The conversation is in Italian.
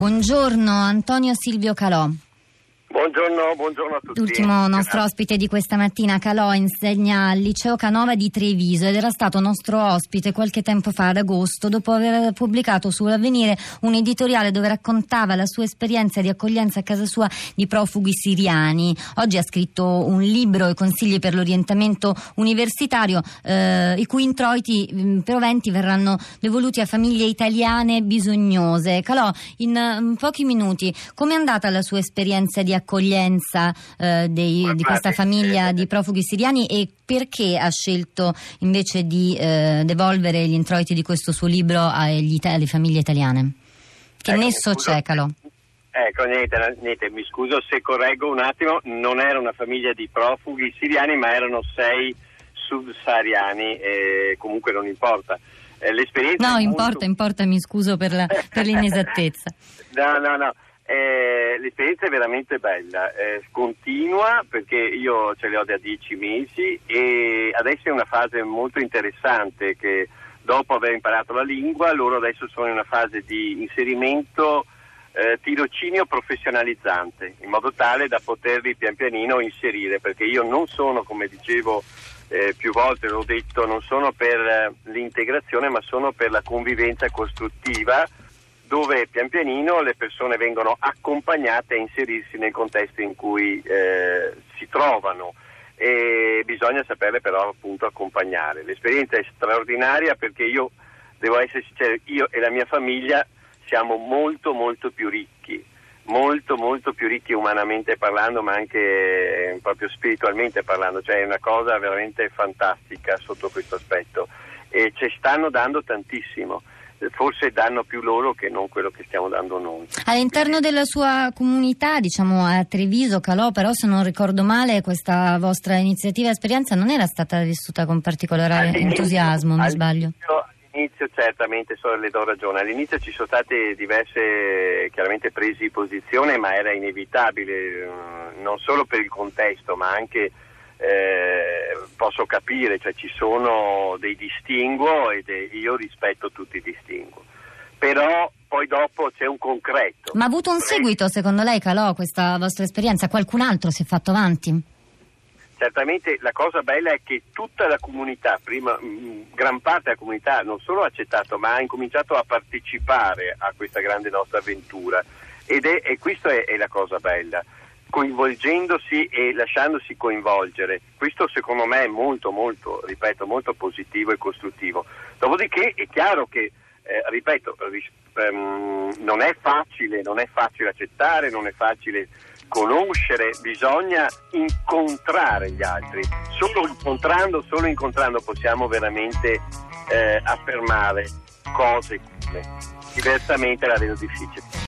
Buongiorno Antonio Silvio Calò. Buongiorno a tutti. L'ultimo nostro ospite di questa mattina. Calò insegna al liceo Canova di Treviso ed era stato nostro ospite qualche tempo fa, ad agosto, dopo aver pubblicato sull'Avvenire un editoriale dove raccontava la sua esperienza di accoglienza a casa sua di profughi siriani. Oggi ha scritto un libro, I consigli per l'orientamento universitario, i cui introiti proventi verranno devoluti a famiglie italiane bisognose. Calò, in pochi minuti, com'è andata la sua esperienza di accoglienza di questa famiglia di profughi siriani e perché ha scelto invece di devolvere gli introiti di questo suo libro alle famiglie italiane? Che nesso c'è, Calò? Ecco, niente, mi scuso se correggo un attimo, non era una famiglia di profughi siriani, ma erano 6 subsahariani, comunque non importa. L'esperienza no, importa, mi scuso per l'inesattezza. No. L'esperienza è veramente bella, continua perché io ce le ho da 10 mesi e adesso è una fase molto interessante che dopo aver imparato la lingua loro adesso sono in una fase di inserimento tirocinio professionalizzante in modo tale da poterli pian pianino inserire, perché io non sono, come dicevo più volte l'ho detto, non sono per l'integrazione ma sono per la convivenza costruttiva, dove pian pianino le persone vengono accompagnate a inserirsi nel contesto in cui si trovano e bisogna saperle però appunto accompagnare. L'esperienza è straordinaria perché io, devo essere sincero, io e la mia famiglia siamo molto più ricchi, molto più ricchi umanamente parlando ma anche proprio spiritualmente parlando, cioè è una cosa veramente fantastica sotto questo aspetto e ci stanno dando tantissimo. Forse danno più loro che non quello che stiamo dando noi. All'interno della sua comunità, diciamo a Treviso, Calò, però se non ricordo male questa vostra iniziativa e esperienza non era stata vissuta con particolare entusiasmo, mi sbaglio? All'inizio certamente, le do ragione, all'inizio ci sono state diverse chiaramente presi di posizione, ma era inevitabile, non solo per il contesto ma anche posso capire, cioè ci sono dei distinguo ed io rispetto tutti i distinguo, però poi dopo c'è un concreto. Ma ha avuto un seguito secondo lei, Calò, questa vostra esperienza? Qualcun altro si è fatto avanti? Certamente la cosa bella è che tutta la comunità, prima gran parte della comunità non solo ha accettato ma ha incominciato a partecipare a questa grande nostra avventura e questo è la cosa bella, coinvolgendosi e lasciandosi coinvolgere. Questo secondo me è molto, ripeto, molto positivo e costruttivo. Dopodiché è chiaro che, ripeto, non è facile accettare, non è facile conoscere, bisogna incontrare gli altri. Solo incontrando possiamo veramente affermare cose, diversamente la vedo difficile.